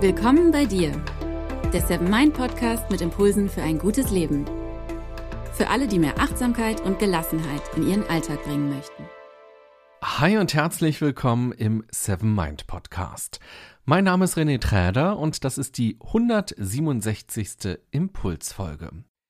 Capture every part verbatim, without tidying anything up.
Willkommen bei dir, der Seven Mind Podcast mit Impulsen für ein gutes Leben. Für alle, die mehr Achtsamkeit und Gelassenheit in ihren Alltag bringen möchten. Hi und herzlich willkommen im Seven Mind Podcast. Mein Name ist René Träder und das ist die hundertsiebenundsechzigste Impulsfolge.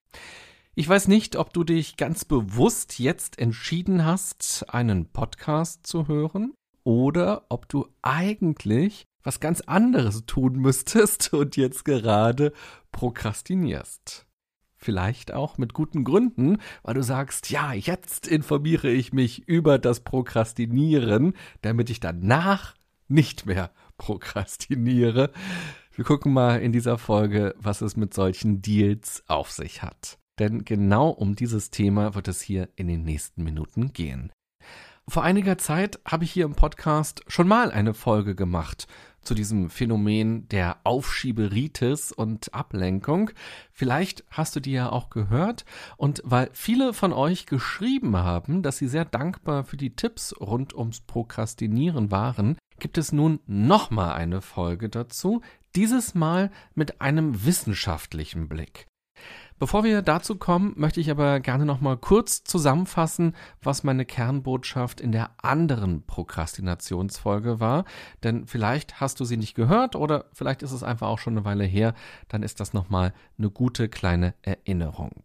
Ich weiß nicht, ob du dich ganz bewusst jetzt entschieden hast, einen Podcast zu hören oder ob du eigentlich was ganz anderes tun müsstest und jetzt gerade prokrastinierst. Vielleicht auch mit guten Gründen, weil du sagst, ja, jetzt informiere ich mich über das Prokrastinieren, damit ich danach nicht mehr prokrastiniere. Wir gucken mal in dieser Folge, was es mit solchen Deals auf sich hat. Denn genau um dieses Thema wird es hier in den nächsten Minuten gehen. Vor einiger Zeit habe ich hier im Podcast schon mal eine Folge gemacht zu diesem Phänomen der Aufschieberitis und Ablenkung. Vielleicht hast du die ja auch gehört. Und weil viele von euch geschrieben haben, dass sie sehr dankbar für die Tipps rund ums Prokrastinieren waren, gibt es nun nochmal eine Folge dazu, dieses Mal mit einem wissenschaftlichen Blick. Bevor wir dazu kommen, möchte ich aber gerne noch mal kurz zusammenfassen, was meine Kernbotschaft in der anderen Prokrastinationsfolge war. Denn vielleicht hast du sie nicht gehört oder vielleicht ist es einfach auch schon eine Weile her. Dann ist das noch mal eine gute kleine Erinnerung.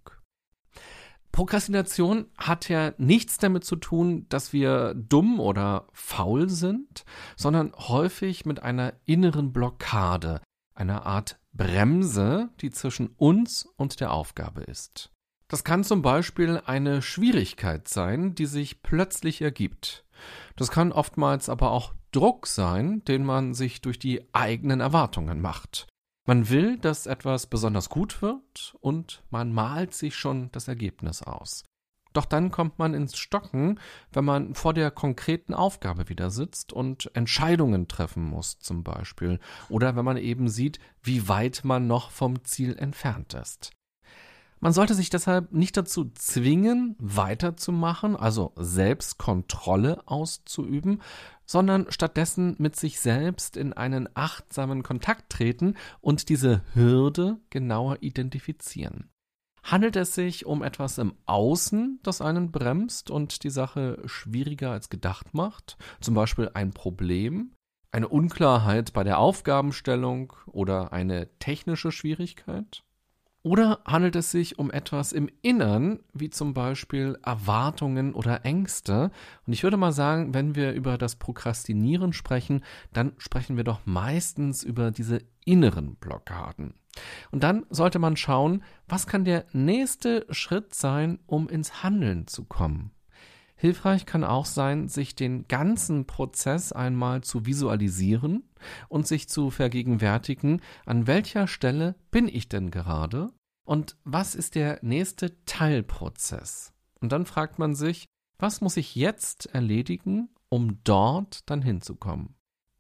Prokrastination hat ja nichts damit zu tun, dass wir dumm oder faul sind, sondern häufig mit einer inneren Blockade, einer Art Bremse, die zwischen uns und der Aufgabe ist. Das kann zum Beispiel eine Schwierigkeit sein, die sich plötzlich ergibt. Das kann oftmals aber auch Druck sein, den man sich durch die eigenen Erwartungen macht. Man will, dass etwas besonders gut wird und man malt sich schon das Ergebnis aus. Doch dann kommt man ins Stocken, wenn man vor der konkreten Aufgabe wieder sitzt und Entscheidungen treffen muss zum Beispiel. Oder wenn man eben sieht, wie weit man noch vom Ziel entfernt ist. Man sollte sich deshalb nicht dazu zwingen, weiterzumachen, also Selbstkontrolle auszuüben, sondern stattdessen mit sich selbst in einen achtsamen Kontakt treten und diese Hürde genauer identifizieren. Handelt es sich um etwas im Außen, das einen bremst und die Sache schwieriger als gedacht macht? Zum Beispiel ein Problem, eine Unklarheit bei der Aufgabenstellung oder eine technische Schwierigkeit? Oder handelt es sich um etwas im Innern, wie zum Beispiel Erwartungen oder Ängste? Und ich würde mal sagen, wenn wir über das Prokrastinieren sprechen, dann sprechen wir doch meistens über diese inneren Blockaden. Und dann sollte man schauen, was kann der nächste Schritt sein, um ins Handeln zu kommen. Hilfreich kann auch sein, sich den ganzen Prozess einmal zu visualisieren und sich zu vergegenwärtigen, an welcher Stelle bin ich denn gerade und was ist der nächste Teilprozess. Und dann fragt man sich, was muss ich jetzt erledigen, um dort dann hinzukommen.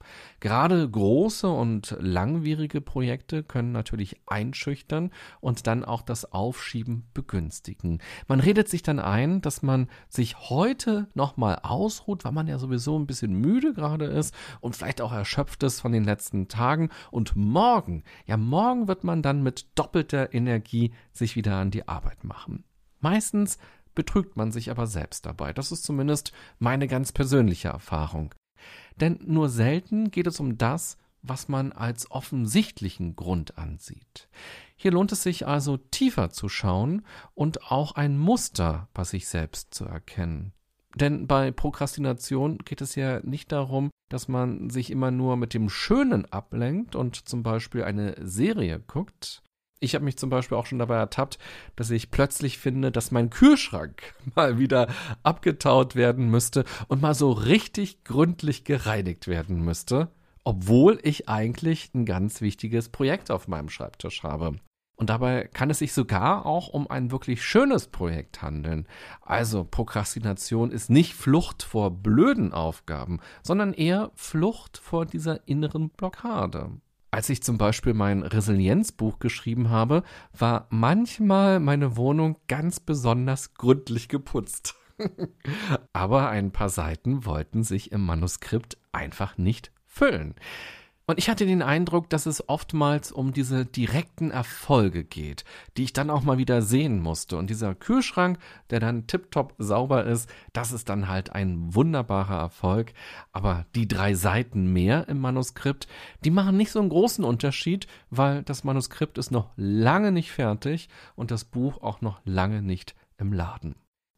Gerade große und langwierige Projekte können natürlich einschüchtern und dann auch das Aufschieben begünstigen. Man redet sich dann ein, dass man sich heute nochmal ausruht, weil man ja sowieso ein bisschen müde gerade ist und vielleicht auch erschöpft ist von den letzten Tagen. Und morgen, ja morgen wird man dann mit doppelter Energie sich wieder an die Arbeit machen. Meistens betrügt man sich aber selbst dabei. Das ist zumindest meine ganz persönliche Erfahrung. Denn nur selten geht es um das, was man als offensichtlichen Grund ansieht. Hier lohnt es sich also tiefer zu schauen und auch ein Muster bei sich selbst zu erkennen. Denn bei Prokrastination geht es ja nicht darum, dass man sich immer nur mit dem Schönen ablenkt und zum Beispiel eine Serie guckt. Ich habe mich zum Beispiel auch schon dabei ertappt, dass ich plötzlich finde, dass mein Kühlschrank mal wieder abgetaut werden müsste und mal so richtig gründlich gereinigt werden müsste, obwohl ich eigentlich ein ganz wichtiges Projekt auf meinem Schreibtisch habe. Und dabei kann es sich sogar auch um ein wirklich schönes Projekt handeln. Also Prokrastination ist nicht Flucht vor blöden Aufgaben, sondern eher Flucht vor dieser inneren Blockade. Als ich zum Beispiel mein Resilienzbuch geschrieben habe, war manchmal meine Wohnung ganz besonders gründlich geputzt. Aber ein paar Seiten wollten sich im Manuskript einfach nicht füllen. Und ich hatte den Eindruck, dass es oftmals um diese direkten Erfolge geht, die ich dann auch mal wieder sehen musste. Und dieser Kühlschrank, der dann tipptopp sauber ist, das ist dann halt ein wunderbarer Erfolg. Aber die drei Seiten mehr im Manuskript, die machen nicht so einen großen Unterschied, weil das Manuskript ist noch lange nicht fertig und das Buch auch noch lange nicht im Laden.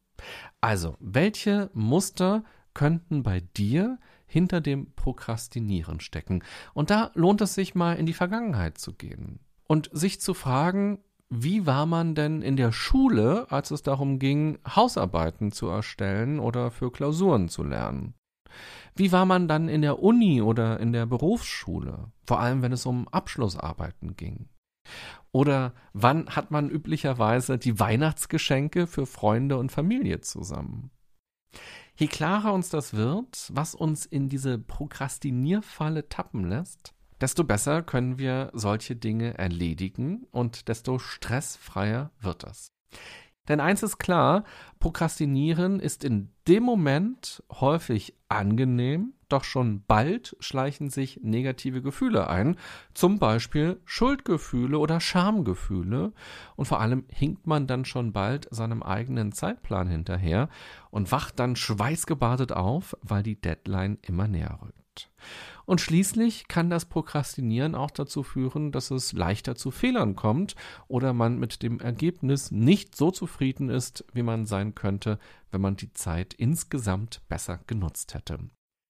Also, welche Muster könnten bei dir hinter dem Prokrastinieren stecken? Und da lohnt es sich mal in die Vergangenheit zu gehen und sich zu fragen, wie war man denn in der Schule, als es darum ging, Hausarbeiten zu erstellen oder für Klausuren zu lernen? Wie war man dann in der Uni oder in der Berufsschule, vor allem wenn es um Abschlussarbeiten ging? Oder wann hat man üblicherweise die Weihnachtsgeschenke für Freunde und Familie zusammen? Je klarer uns das wird, was uns in diese Prokrastinierfalle tappen lässt, desto besser können wir solche Dinge erledigen und desto stressfreier wird das. Denn eins ist klar, Prokrastinieren ist in dem Moment häufig angenehm, doch schon bald schleichen sich negative Gefühle ein, zum Beispiel Schuldgefühle oder Schamgefühle, und vor allem hinkt man dann schon bald seinem eigenen Zeitplan hinterher und wacht dann schweißgebadet auf, weil die Deadline immer näher rückt. Und schließlich kann das Prokrastinieren auch dazu führen, dass es leichter zu Fehlern kommt oder man mit dem Ergebnis nicht so zufrieden ist, wie man sein könnte, wenn man die Zeit insgesamt besser genutzt hätte.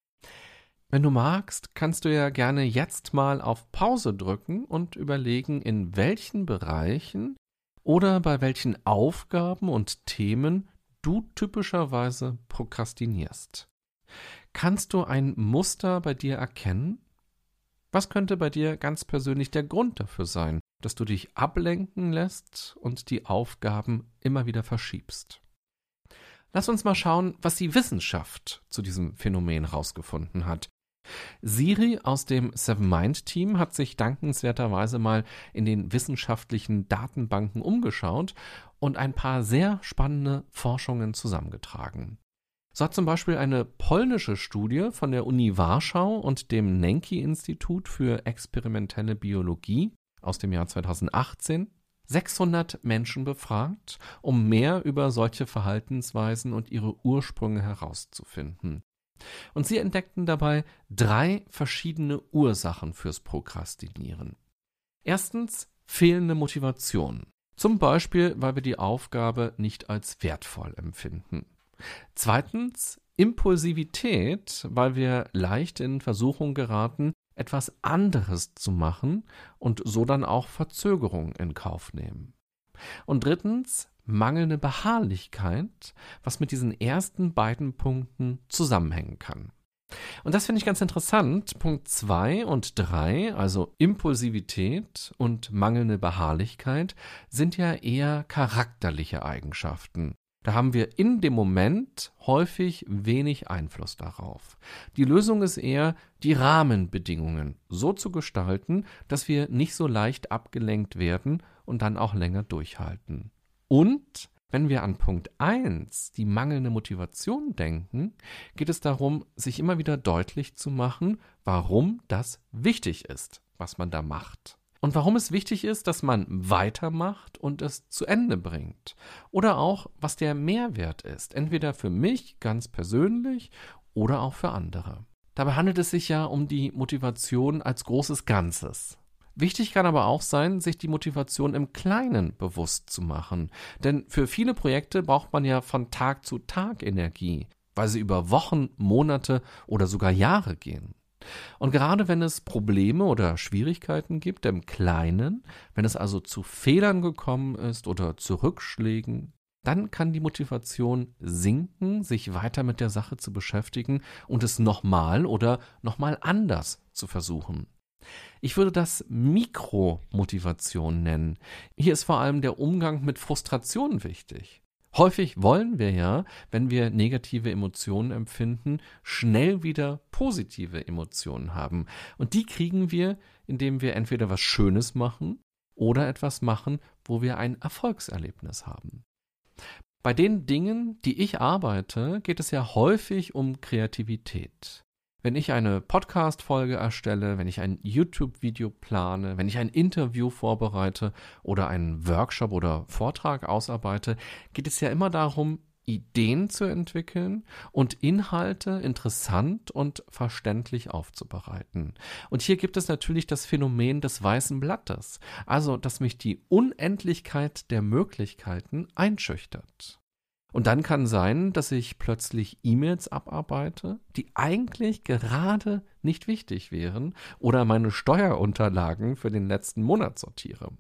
Wenn du magst, kannst du ja gerne jetzt mal auf Pause drücken und überlegen, in welchen Bereichen oder bei welchen Aufgaben und Themen du typischerweise prokrastinierst. Kannst du ein Muster bei dir erkennen? Was könnte bei dir ganz persönlich der Grund dafür sein, dass du dich ablenken lässt und die Aufgaben immer wieder verschiebst? Lass uns mal schauen, was die Wissenschaft zu diesem Phänomen herausgefunden hat. Siri aus dem Seven Mind Team hat sich dankenswerterweise mal in den wissenschaftlichen Datenbanken umgeschaut und ein paar sehr spannende Forschungen zusammengetragen. So hat zum Beispiel eine polnische Studie von der Uni Warschau und dem Nenki-Institut für experimentelle Biologie aus dem Jahr zweitausendachtzehn sechshundert Menschen befragt, um mehr über solche Verhaltensweisen und ihre Ursprünge herauszufinden. Und sie entdeckten dabei drei verschiedene Ursachen fürs Prokrastinieren. Erstens fehlende Motivation, zum Beispiel, weil wir die Aufgabe nicht als wertvoll empfinden. Zweitens Impulsivität, weil wir leicht in Versuchung geraten, etwas anderes zu machen und so dann auch Verzögerung in Kauf nehmen. Und drittens mangelnde Beharrlichkeit, was mit diesen ersten beiden Punkten zusammenhängen kann. Und das finde ich ganz interessant. Punkt zwei und drei, also Impulsivität und mangelnde Beharrlichkeit, sind ja eher charakterliche Eigenschaften. Da haben wir in dem Moment häufig wenig Einfluss darauf. Die Lösung ist eher, die Rahmenbedingungen so zu gestalten, dass wir nicht so leicht abgelenkt werden und dann auch länger durchhalten. Und wenn wir an Punkt eins, die mangelnde Motivation, denken, geht es darum, sich immer wieder deutlich zu machen, warum das wichtig ist, was man da macht. Und warum es wichtig ist, dass man weitermacht und es zu Ende bringt. Oder auch, was der Mehrwert ist, entweder für mich ganz persönlich oder auch für andere. Dabei handelt es sich ja um die Motivation als großes Ganzes. Wichtig kann aber auch sein, sich die Motivation im Kleinen bewusst zu machen. Denn für viele Projekte braucht man ja von Tag zu Tag Energie, weil sie über Wochen, Monate oder sogar Jahre gehen. Und gerade wenn es Probleme oder Schwierigkeiten gibt im Kleinen, wenn es also zu Fehlern gekommen ist oder zu Rückschlägen, dann kann die Motivation sinken, sich weiter mit der Sache zu beschäftigen und es nochmal oder nochmal anders zu versuchen. Ich würde das Mikromotivation nennen. Hier ist vor allem der Umgang mit Frustration wichtig. Häufig wollen wir ja, wenn wir negative Emotionen empfinden, schnell wieder positive Emotionen haben. Und die kriegen wir, indem wir entweder was Schönes machen oder etwas machen, wo wir ein Erfolgserlebnis haben. Bei den Dingen, die ich arbeite, geht es ja häufig um Kreativität. Wenn ich eine Podcast-Folge erstelle, wenn ich ein YouTube-Video plane, wenn ich ein Interview vorbereite oder einen Workshop oder Vortrag ausarbeite, geht es ja immer darum, Ideen zu entwickeln und Inhalte interessant und verständlich aufzubereiten. Und hier gibt es natürlich das Phänomen des weißen Blattes, also dass mich die Unendlichkeit der Möglichkeiten einschüchtert. Und dann kann sein, dass ich plötzlich E-Mails abarbeite, die eigentlich gerade nicht wichtig wären, oder meine Steuerunterlagen für den letzten Monat sortiere.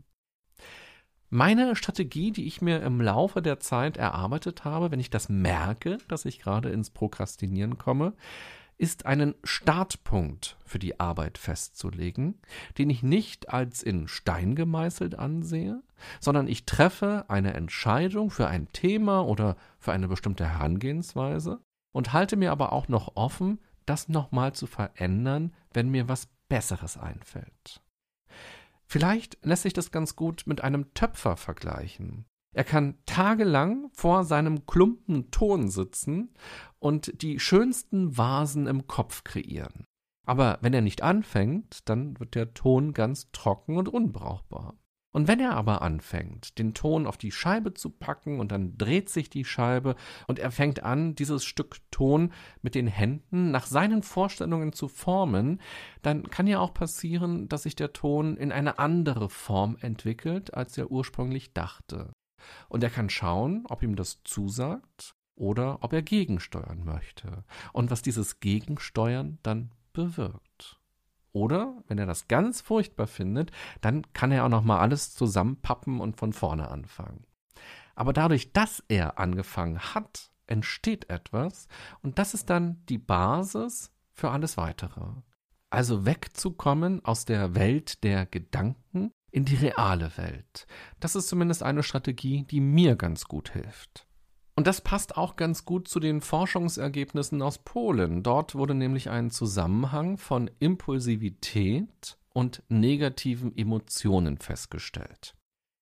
Meine Strategie, die ich mir im Laufe der Zeit erarbeitet habe, wenn ich das merke, dass ich gerade ins Prokrastinieren komme, ist einen Startpunkt für die Arbeit festzulegen, den ich nicht als in Stein gemeißelt ansehe, sondern ich treffe eine Entscheidung für ein Thema oder für eine bestimmte Herangehensweise und halte mir aber auch noch offen, das nochmal zu verändern, wenn mir was Besseres einfällt. Vielleicht lässt sich das ganz gut mit einem Töpfer vergleichen. Er kann tagelang vor seinem Klumpen Ton sitzen und die schönsten Vasen im Kopf kreieren. Aber wenn er nicht anfängt, dann wird der Ton ganz trocken und unbrauchbar. Und wenn er aber anfängt, den Ton auf die Scheibe zu packen und dann dreht sich die Scheibe und er fängt an, dieses Stück Ton mit den Händen nach seinen Vorstellungen zu formen, dann kann ja auch passieren, dass sich der Ton in eine andere Form entwickelt, als er ursprünglich dachte. Und er kann schauen, ob ihm das zusagt oder ob er gegensteuern möchte und was dieses Gegensteuern dann bewirkt. Oder, wenn er das ganz furchtbar findet, dann kann er auch noch mal alles zusammenpappen und von vorne anfangen. Aber dadurch, dass er angefangen hat, entsteht etwas und das ist dann die Basis für alles Weitere. Also wegzukommen aus der Welt der Gedanken in die reale Welt. Das ist zumindest eine Strategie, die mir ganz gut hilft. Und das passt auch ganz gut zu den Forschungsergebnissen aus Polen. Dort wurde nämlich ein Zusammenhang von Impulsivität und negativen Emotionen festgestellt.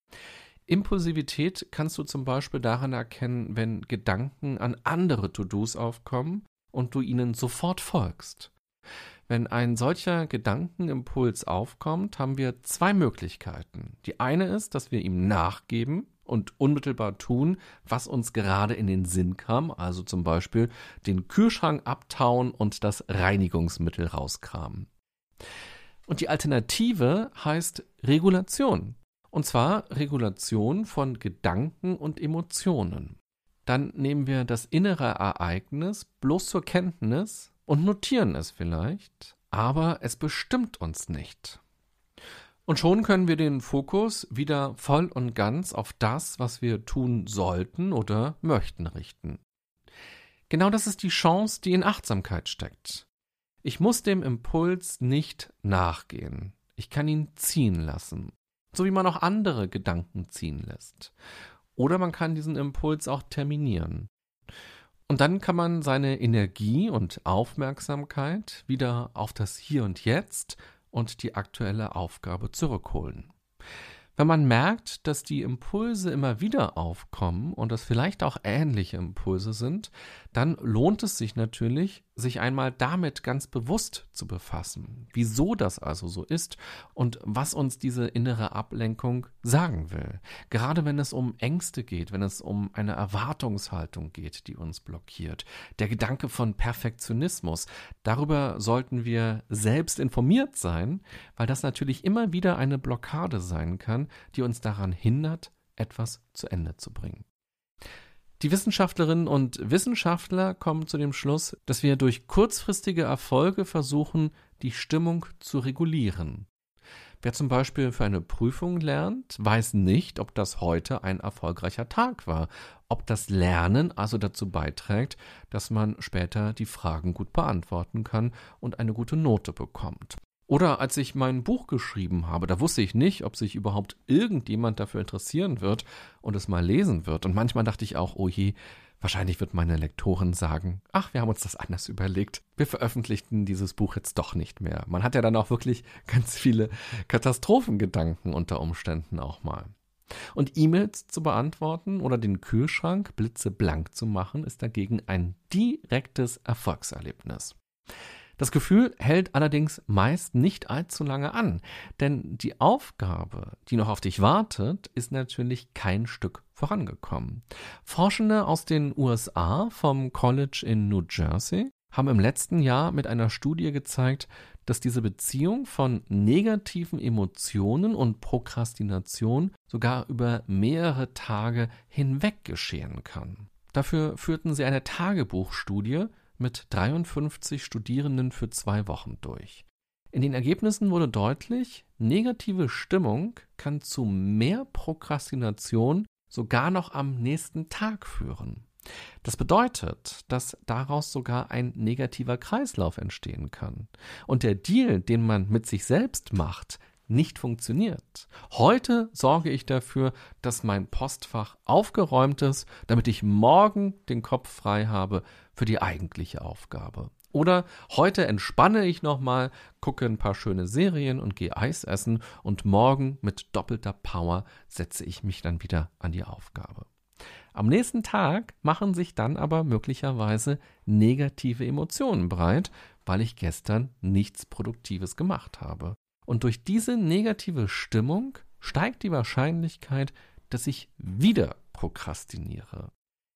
Impulsivität kannst du zum Beispiel daran erkennen, wenn Gedanken an andere To-Dos aufkommen und du ihnen sofort folgst. Wenn ein solcher Gedankenimpuls aufkommt, haben wir zwei Möglichkeiten. Die eine ist, dass wir ihm nachgeben und unmittelbar tun, was uns gerade in den Sinn kam, also zum Beispiel den Kühlschrank abtauen und das Reinigungsmittel rauskramen. Und die Alternative heißt Regulation. Und zwar Regulation von Gedanken und Emotionen. Dann nehmen wir das innere Ereignis bloß zur Kenntnis und notieren es vielleicht, aber es bestimmt uns nicht. Und schon können wir den Fokus wieder voll und ganz auf das, was wir tun sollten oder möchten, richten. Genau das ist die Chance, die in Achtsamkeit steckt. Ich muss dem Impuls nicht nachgehen. Ich kann ihn ziehen lassen, so wie man auch andere Gedanken ziehen lässt. Oder man kann diesen Impuls auch terminieren. Und dann kann man seine Energie und Aufmerksamkeit wieder auf das Hier und Jetzt und die aktuelle Aufgabe zurückholen. Wenn man merkt, dass die Impulse immer wieder aufkommen und das vielleicht auch ähnliche Impulse sind, dann lohnt es sich natürlich, sich einmal damit ganz bewusst zu befassen, wieso das also so ist und was uns diese innere Ablenkung sagen will. Gerade wenn es um Ängste geht, wenn es um eine Erwartungshaltung geht, die uns blockiert. Der Gedanke von Perfektionismus, darüber sollten wir selbst informiert sein, weil das natürlich immer wieder eine Blockade sein kann, die uns daran hindert, etwas zu Ende zu bringen. Die Wissenschaftlerinnen und Wissenschaftler kommen zu dem Schluss, dass wir durch kurzfristige Erfolge versuchen, die Stimmung zu regulieren. Wer zum Beispiel für eine Prüfung lernt, weiß nicht, ob das heute ein erfolgreicher Tag war, ob das Lernen also dazu beiträgt, dass man später die Fragen gut beantworten kann und eine gute Note bekommt. Oder als ich mein Buch geschrieben habe, da wusste ich nicht, ob sich überhaupt irgendjemand dafür interessieren wird und es mal lesen wird. Und manchmal dachte ich auch, oh je, wahrscheinlich wird meine Lektorin sagen, ach, wir haben uns das anders überlegt. Wir veröffentlichten dieses Buch jetzt doch nicht mehr. Man hat ja dann auch wirklich ganz viele Katastrophengedanken unter Umständen auch mal. Und E-Mails zu beantworten oder den Kühlschrank blitzeblank zu machen, ist dagegen ein direktes Erfolgserlebnis. Das Gefühl hält allerdings meist nicht allzu lange an, denn die Aufgabe, die noch auf dich wartet, ist natürlich kein Stück vorangekommen. Forschende aus den U S A vom College in New Jersey haben im letzten Jahr mit einer Studie gezeigt, dass diese Beziehung von negativen Emotionen und Prokrastination sogar über mehrere Tage hinweg geschehen kann. Dafür führten sie eine Tagebuchstudie mit dreiundfünfzig Studierenden für zwei Wochen durch. In den Ergebnissen wurde deutlich, negative Stimmung kann zu mehr Prokrastination sogar noch am nächsten Tag führen. Das bedeutet, dass daraus sogar ein negativer Kreislauf entstehen kann. Und der Deal, den man mit sich selbst macht, nicht funktioniert. Heute sorge ich dafür, dass mein Postfach aufgeräumt ist, damit ich morgen den Kopf frei habe für die eigentliche Aufgabe. Oder heute entspanne ich nochmal, gucke ein paar schöne Serien und gehe Eis essen und morgen mit doppelter Power setze ich mich dann wieder an die Aufgabe. Am nächsten Tag machen sich dann aber möglicherweise negative Emotionen breit, weil ich gestern nichts Produktives gemacht habe. Und durch diese negative Stimmung steigt die Wahrscheinlichkeit, dass ich wieder prokrastiniere.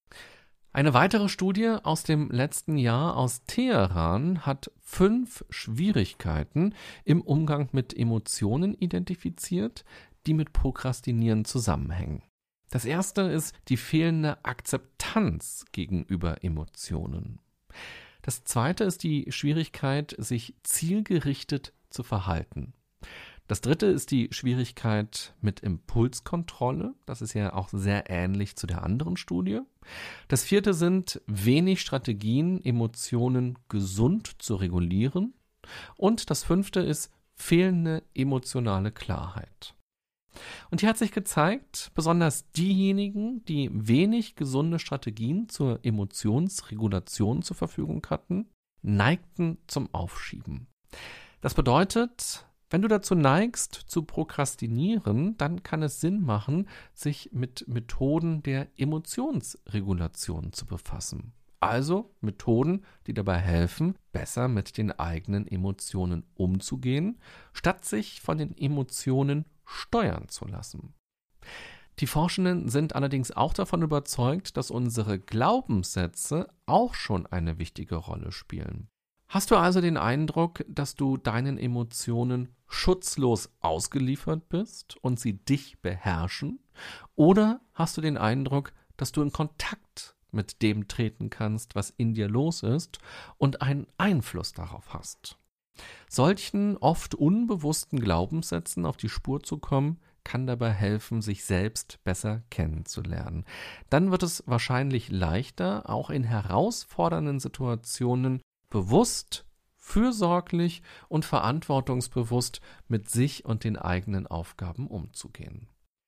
Eine weitere Studie aus dem letzten Jahr aus Teheran hat fünf Schwierigkeiten im Umgang mit Emotionen identifiziert, die mit Prokrastinieren zusammenhängen. Das erste ist die fehlende Akzeptanz gegenüber Emotionen. Das zweite ist die Schwierigkeit, sich zielgerichtet zu verhalten. Das dritte ist die Schwierigkeit mit Impulskontrolle. Das ist ja auch sehr ähnlich zu der anderen Studie. Das vierte sind wenig Strategien, Emotionen gesund zu regulieren. Und das fünfte ist fehlende emotionale Klarheit. Und hier hat sich gezeigt, besonders diejenigen, die wenig gesunde Strategien zur Emotionsregulation zur Verfügung hatten, neigten zum Aufschieben. Das bedeutet, wenn du dazu neigst, zu prokrastinieren, dann kann es Sinn machen, sich mit Methoden der Emotionsregulation zu befassen. Also Methoden, die dabei helfen, besser mit den eigenen Emotionen umzugehen, statt sich von den Emotionen steuern zu lassen. Die Forschenden sind allerdings auch davon überzeugt, dass unsere Glaubenssätze auch schon eine wichtige Rolle spielen. Hast du also den Eindruck, dass du deinen Emotionen schutzlos ausgeliefert bist und sie dich beherrschen? Oder hast du den Eindruck, dass du in Kontakt mit dem treten kannst, was in dir los ist und einen Einfluss darauf hast? Solchen oft unbewussten Glaubenssätzen auf die Spur zu kommen, kann dabei helfen, sich selbst besser kennenzulernen. Dann wird es wahrscheinlich leichter, auch in herausfordernden Situationen bewusst, fürsorglich und verantwortungsbewusst mit sich und den eigenen Aufgaben umzugehen.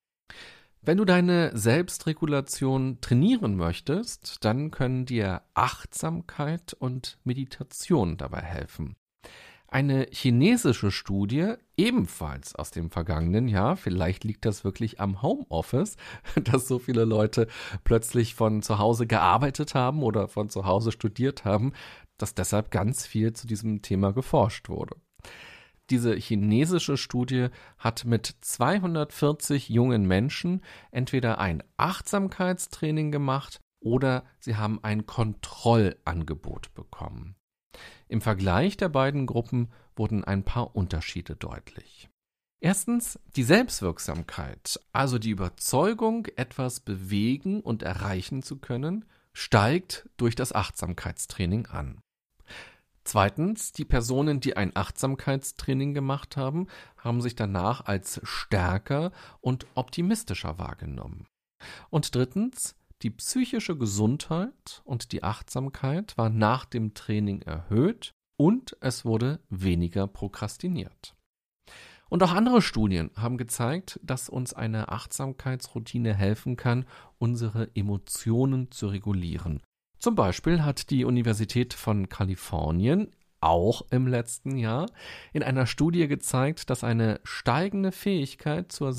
Wenn du deine Selbstregulation trainieren möchtest, dann können dir Achtsamkeit und Meditation dabei helfen. Eine chinesische Studie, ebenfalls aus dem vergangenen Jahr, vielleicht liegt das wirklich am Homeoffice, dass so viele Leute plötzlich von zu Hause gearbeitet haben oder von zu Hause studiert haben, dass deshalb ganz viel zu diesem Thema geforscht wurde. Diese chinesische Studie hat mit zweihundertvierzig jungen Menschen entweder ein Achtsamkeitstraining gemacht oder sie haben ein Kontrollangebot bekommen. Im Vergleich der beiden Gruppen wurden ein paar Unterschiede deutlich. Erstens die Selbstwirksamkeit, also die Überzeugung, etwas bewegen und erreichen zu können, steigt durch das Achtsamkeitstraining an. Zweitens, die Personen, die ein Achtsamkeitstraining gemacht haben, haben sich danach als stärker und optimistischer wahrgenommen. Und drittens, die psychische Gesundheit und die Achtsamkeit war nach dem Training erhöht und es wurde weniger prokrastiniert. Und auch andere Studien haben gezeigt, dass uns eine Achtsamkeitsroutine helfen kann, unsere Emotionen zu regulieren. Zum Beispiel hat die Universität von Kalifornien auch im letzten Jahr in einer Studie gezeigt, dass eine steigende Fähigkeit zur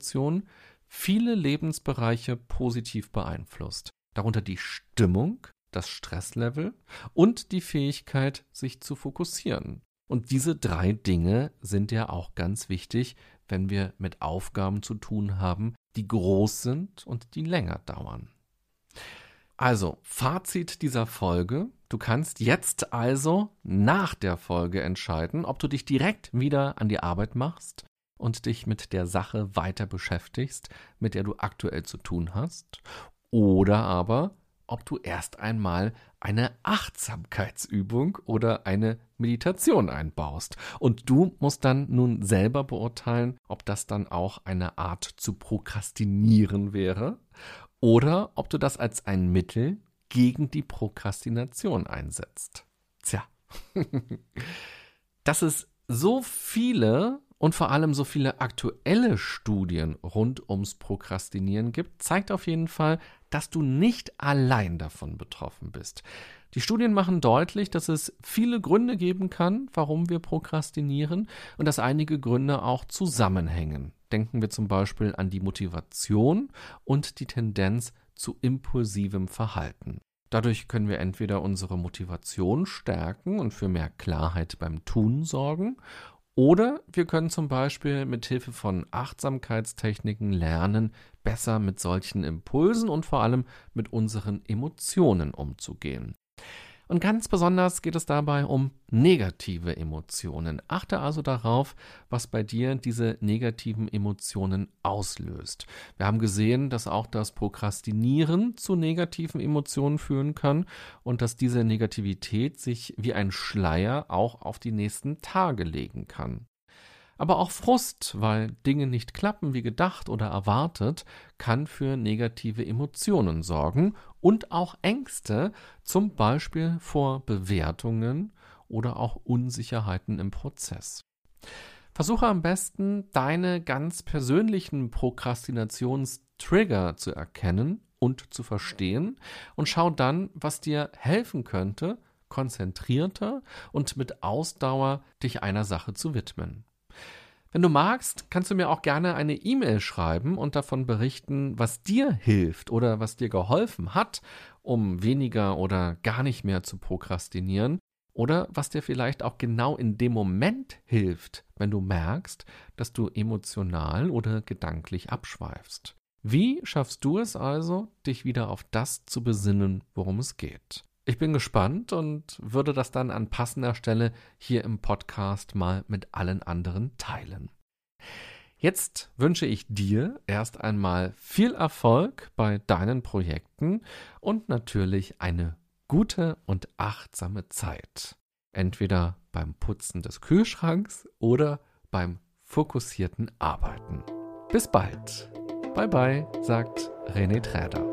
Selbstregulation viele Lebensbereiche positiv beeinflusst, darunter die Stimmung, das Stresslevel und die Fähigkeit, sich zu fokussieren. Und diese drei Dinge sind ja auch ganz wichtig, wenn wir mit Aufgaben zu tun haben, die groß sind und die länger dauern. Also, Fazit dieser Folge. Du kannst jetzt also nach der Folge entscheiden, ob du dich direkt wieder an die Arbeit machst und dich mit der Sache weiter beschäftigst, mit der du aktuell zu tun hast, oder aber ob du erst einmal eine Achtsamkeitsübung oder eine Meditation einbaust. Und du musst dann nun selber beurteilen, ob das dann auch eine Art zu prokrastinieren wäre oder ob du das als ein Mittel gegen die Prokrastination einsetzt. Tja, dass es so viele und vor allem so viele aktuelle Studien rund ums Prokrastinieren gibt, zeigt auf jeden Fall, dass du nicht allein davon betroffen bist. Die Studien machen deutlich, dass es viele Gründe geben kann, warum wir prokrastinieren und dass einige Gründe auch zusammenhängen. Denken wir zum Beispiel an die Motivation und die Tendenz zu impulsivem Verhalten. Dadurch können wir entweder unsere Motivation stärken und für mehr Klarheit beim Tun sorgen, oder wir können zum Beispiel mit Hilfe von Achtsamkeitstechniken lernen, besser mit solchen Impulsen und vor allem mit unseren Emotionen umzugehen. Und ganz besonders geht es dabei um negative Emotionen. Achte also darauf, was bei dir diese negativen Emotionen auslöst. Wir haben gesehen, dass auch das Prokrastinieren zu negativen Emotionen führen kann und dass diese Negativität sich wie ein Schleier auch auf die nächsten Tage legen kann. Aber auch Frust, weil Dinge nicht klappen wie gedacht oder erwartet, kann für negative Emotionen sorgen und auch Ängste, zum Beispiel vor Bewertungen oder auch Unsicherheiten im Prozess. Versuche am besten, deine ganz persönlichen Prokrastinationstrigger zu erkennen und zu verstehen und schau dann, was dir helfen könnte, konzentrierter und mit Ausdauer dich einer Sache zu widmen. Wenn du magst, kannst du mir auch gerne eine E-Mail schreiben und davon berichten, was dir hilft oder was dir geholfen hat, um weniger oder gar nicht mehr zu prokrastinieren oder was dir vielleicht auch genau in dem Moment hilft, wenn du merkst, dass du emotional oder gedanklich abschweifst. Wie schaffst du es also, dich wieder auf das zu besinnen, worum es geht? Ich bin gespannt und würde das dann an passender Stelle hier im Podcast mal mit allen anderen teilen. Jetzt wünsche ich dir erst einmal viel Erfolg bei deinen Projekten und natürlich eine gute und achtsame Zeit. Entweder beim Putzen des Kühlschranks oder beim fokussierten Arbeiten. Bis bald. Bye bye, sagt René Träder.